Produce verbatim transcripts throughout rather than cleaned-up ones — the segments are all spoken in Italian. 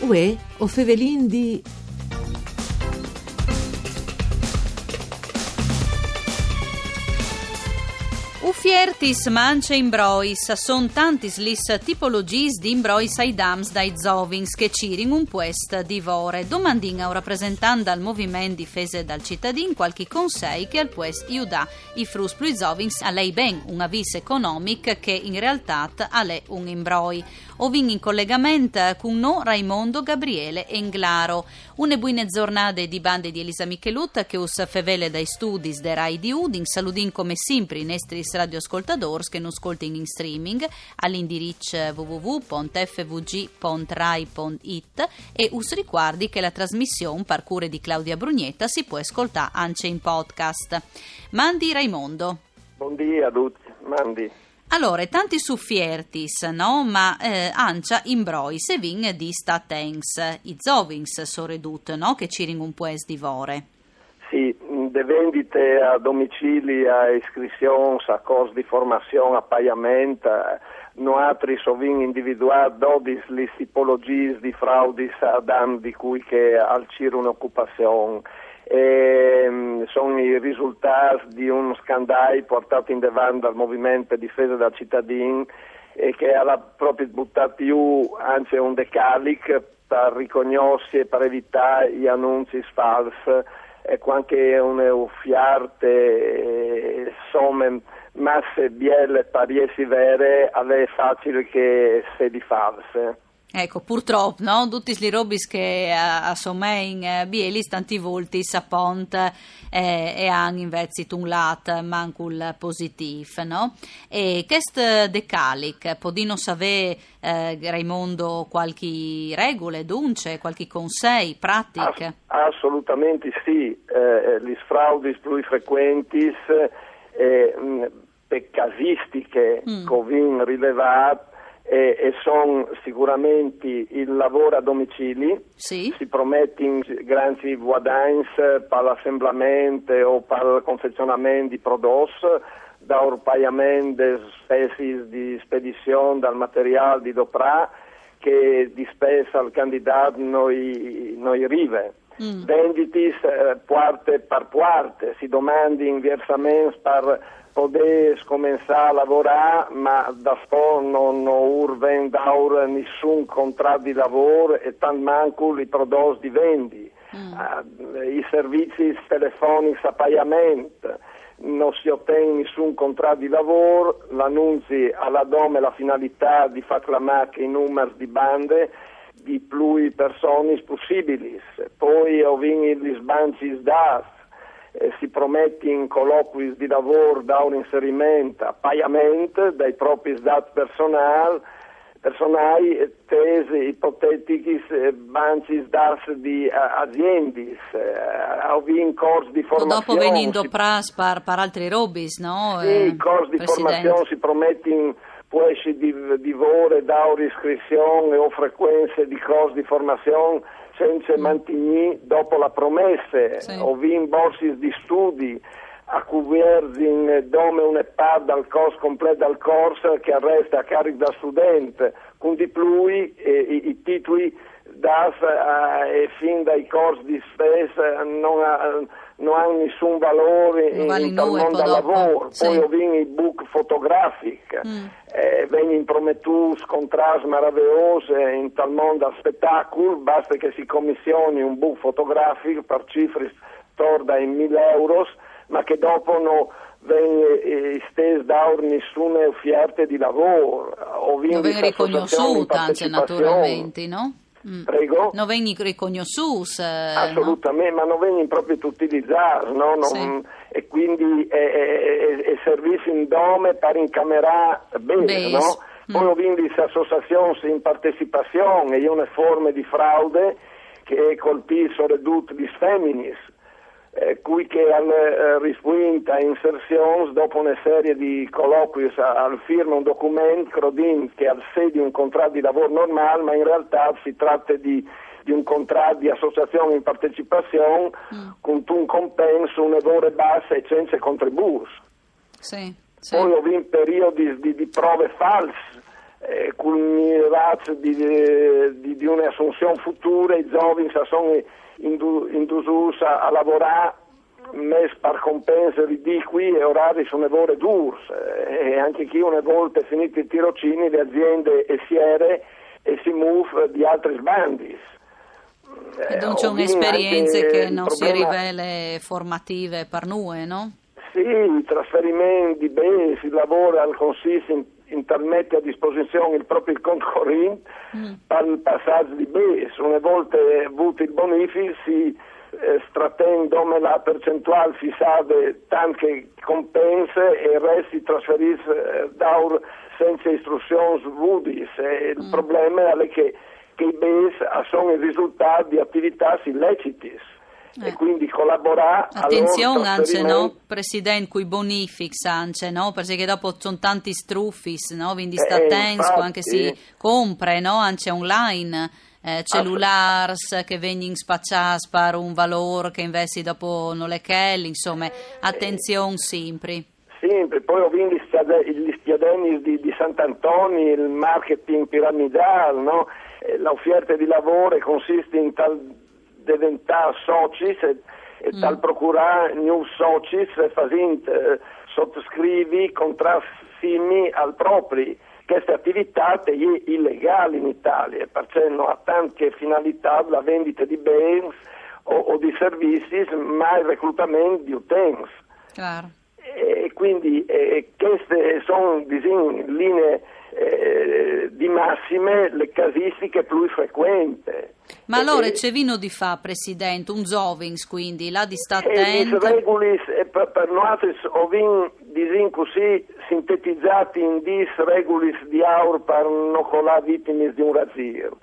Uè, o fevelin di... Ufiertis mance imbrois, son tantis lis tipologis di imbrois ai dams dai zovings che cirin un puest divore. Domandin a un rappresentante al movimento difese dal cittadin qualche consei che al puest iudà i frus plus zovings a lei ben un avviso economic che in realtà a lei un imbroi. Ovin in collegamento con no Raimondo Gabriele Englaro. Une buine giornate di bande di Elisa Michelut che us fevele dai studi de Rai di Udin. Saludin come sempre i nostri radioascoltadores che non ascoltino in streaming all'indirizzo w w w punto f v g punto rai punto it e us ricordi che la trasmissione Parcure di Claudia Brugnetta si può ascoltare anche in podcast. Mandi Raimondo. Buondì a tutti, mandi. Allora, tanti suffiertis, no? Ma eh, ancia imbroi se vin di statens, i zovings so redut, no? Che ciring un po' es divore. Sì, de vendite a domicili, a iscrizioni, a costi di formazione, a pagamento, no altri so vin individuati dodis le tipologie di fraudis ad am di cui che al ciro un'occupazione. E sono i risultati di un scandalo portato in davanti dal movimento difesa dal cittadino e che ha proprio buttato più anzi un decalic per riconoscere e per evitare gli annunci falsi e anche una uffiarte somme masse bielle pariesi vere alle facili che se di false. Ecco, purtroppo, no? Tutti gli robis che a, a sommein eh, bielis tanti volti sapont eh, e han invece un lat mancul positiv, no? E quest decalic, podino save eh, Raimondo qualche regole, dunque, qualche consei, pratiche? Ass- assolutamente sì, eh, gli fraudis più frequenti eh, per casistiche mm. covin rilevate E, e sono sicuramente il lavoro a domicili, sì. Si promettono grandi guadagni per l'assemblamento o per il confezionamento di prodotti, da un pagamento di spese di spedizione dal materiale di doprà che di spesa al candidato noi, noi rive. Mm. Venditis eh, parte per parte, si domandi inversamente per poter cominciare a lavorare, ma da spo non, non urven daur nessun contratto di lavoro e tanto manco i prodotti di vendi. Mm. Uh, I servizi telefonici a pagamento, non si ottiene nessun contratto di lavoro, l'annunzi alla dome la finalità di far clamare i numeri di bande di più persone possibili. Poi ovini gli sbanci da Eh, si promette in colloqui di lavoro da un inserimento a pagamento dai propri dati personali, personali tesi ipotetici eh, banci das di uh, aziende, eh, o in corsi di formazione. O dopo venendo si... pras per, per altri robis, no? Sì, eh, corsi di Presidente. Formazione si promettono può essere di, di vore da iscrizione o frequenze di corsi di formazione senza mm. mantenere dopo la promessa, sì. O in borsi di studi a cuverzin dome un E P A D dal corso completo dal corso che resta a carico da studente, con di più eh, i, i titoli da eh, fin dai corsi di spesa non ha, non hanno nessun valore in, vale in tal mondo del lavoro. Sì. Poi ho vinto i book fotografici, mm. eh, vengono promettuti contrasti meravigliosi in tal mondo del spettacolo, basta che si commissioni un book fotografico per cifre torda in mille euro, ma che dopo non viene eh, steso da nessuna offerta di lavoro. O non viene riconosciuta, anzi, naturalmente, no? Mm. Prego? Non vengono riconosciuti. Eh, Assolutamente, no? Ma non vengono proprio utilizzati, no? Non, sì. E quindi è, è, è servizi in dome per incamerare bene, Base. No? Poi mm. ho vinto associazioni in partecipazione e una forma di fraude che colpiscono ridotte di feminis, eh, cui che hanno eh, risposto a inserzioni dopo una serie di colloqui al firma un documento crodin che al sedi un contratto di lavoro normale, ma in realtà si tratta di, di un contratto di associazione in partecipazione mm. con un compenso, un lavoro basso e senza contributi. Sì, sì. Poi ho vinto periodi di, di prove false, eh, culminats di, di, di un'assunzione futura, i giovani sono indusi a, a lavorare mes per compensi ridicoli e orari sono ore durs, e anche chi una volta finiti i tirocini le aziende e siere e si move di altri sbandis. E non c'è un'esperienza che non si rivele formative per noi, no? Sì, i trasferimenti di beni, si lavora al Consiglio intermette a disposizione il proprio conto corrente mm. per il passaggio di beni. Una volta avuto il bonifico si eh, strattendo la percentuale fissata tante compense e il resto si trasferisce eh, da senza istruzioni vudis. E mm. Il problema è che che i B E S sono il risultato di attività illecite eh. e quindi collaborare. Attenzione anche, no, Presidente, con i bonifici anche, no? Perché dopo sono tanti struffis, no? Quindi sta eh, attento anche si compra, no? Anche online, eh, cellulars che vengono spacciati per un valore che invece dopo non le kelli, insomma, attenzione sempre. Sempre, poi ho visto gli stiadeni di, di Sant'Antonio, il marketing piramidale, no? L'offerta di lavoro consiste in tal diventare soci e, e mm. tal procurare new soci facendo eh, sottoscrivi contratti al proprio. Queste attività sono illegali in Italia perché non ha tante finalità la vendita di beni o, o di servizi, ma il reclutamento di utenti. Claro. E quindi eh, queste sono in linee eh, di massime le casistiche più frequenti. Ma allora c'è vino di fa, Presidente, un Zovings, quindi là di sta attento. E regolis, eh, per, per noi ho visto così sintetizzati in dis regolis di aur per non colare vittime di un razzio.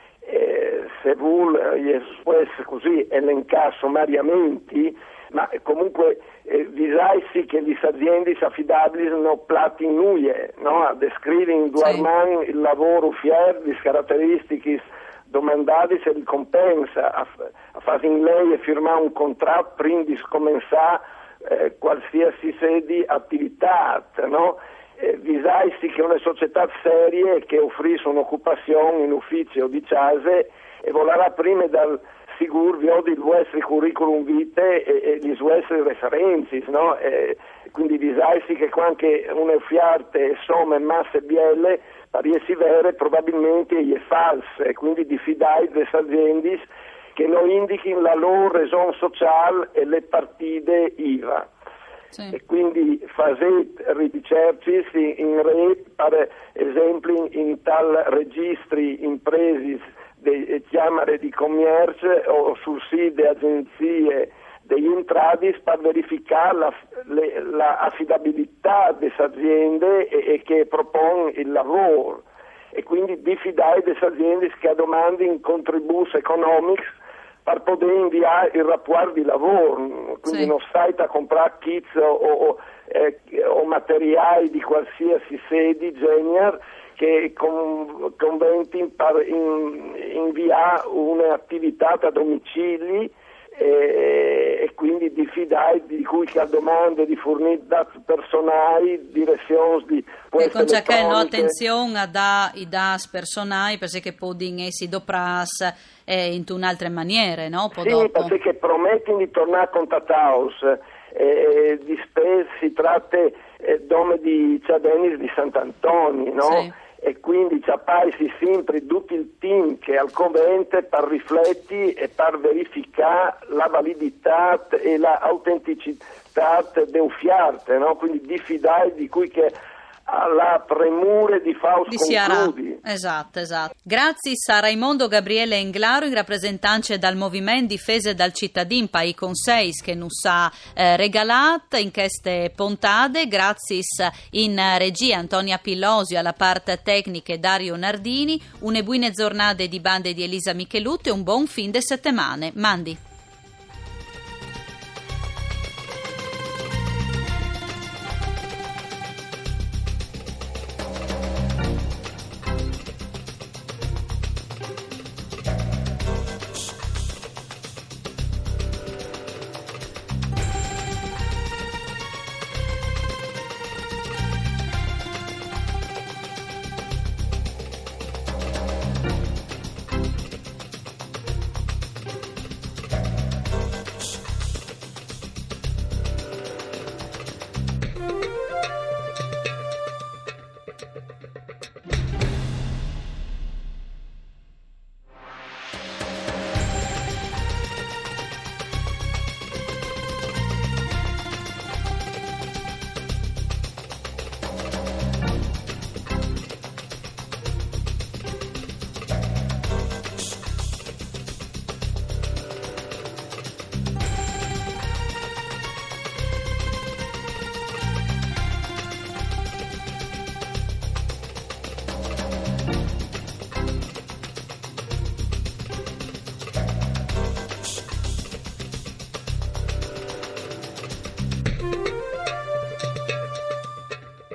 Eh, se vuole così elencare sommariamente, ma comunque eh, visarsi che le aziende affidabili sono plati in nuie, no? A descrivere in due sì. mani il lavoro fier, le caratteristiche domandate se li compensa, a, a fare in lei e firmare un contratto prima di scomensare eh, qualsiasi sedi attività, no? Eh, visarsi che una società seria che offrisce un'occupazione in ufficio o di case e volerà prima dal sicuro vi ho il vostro curriculum vitae e, e gli vostri referenzi, no? E quindi visarsi che quando una fiarte somme masse bielle pariesi vere probabilmente è false, quindi diffidare delle aziende che non indichino la loro ragione sociale e le partite I V A. Sì. E quindi fate ricerche in rete, per esempio in tal registri imprese di Camere di Commercio o sul sito delle agenzie degli entrati per verificare la, le, la affidabilità delle aziende e, e che propone il lavoro e quindi diffidare delle aziende che domandano contributi economici per poter inviare il rapporto di lavoro, quindi sì. non stai a comprare kits o, o, eh, o materiali di qualsiasi sede, genere, che con, conventi per in, inviare un'attività a domicili e, e quindi diffidare di cui che ha domande di fornire dati personali, direzioni di e con c'è che no attenzione a dare i dati personali perché poi essi dopras e in un'altra maniera, no? Sì, dopo. Perché promettono di tornare a contattaus eh, di spese si tratta eh, dome di Ciadenis di Sant'Antonio, no? Sì. E quindi ci appaisi sempre tutto il team che al convente per rifletti e per verificare la validità e l'autenticità delle fiarte, no? Quindi diffidare di cui che alla premura di Fausto concludi. Esatto, esatto. Grazie a Raimondo Gabriele Englaro, in rappresentanza dal Movimento Difese dal Cittadin per i consigli che nos ha eh, regalato in queste puntate. Grazie in regia Antonia Pillosio, alla parte tecnica Dario Nardini. Une buone giornate di bande di Elisa Michelutti e un buon fin de settimane. Mandi.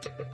Italia.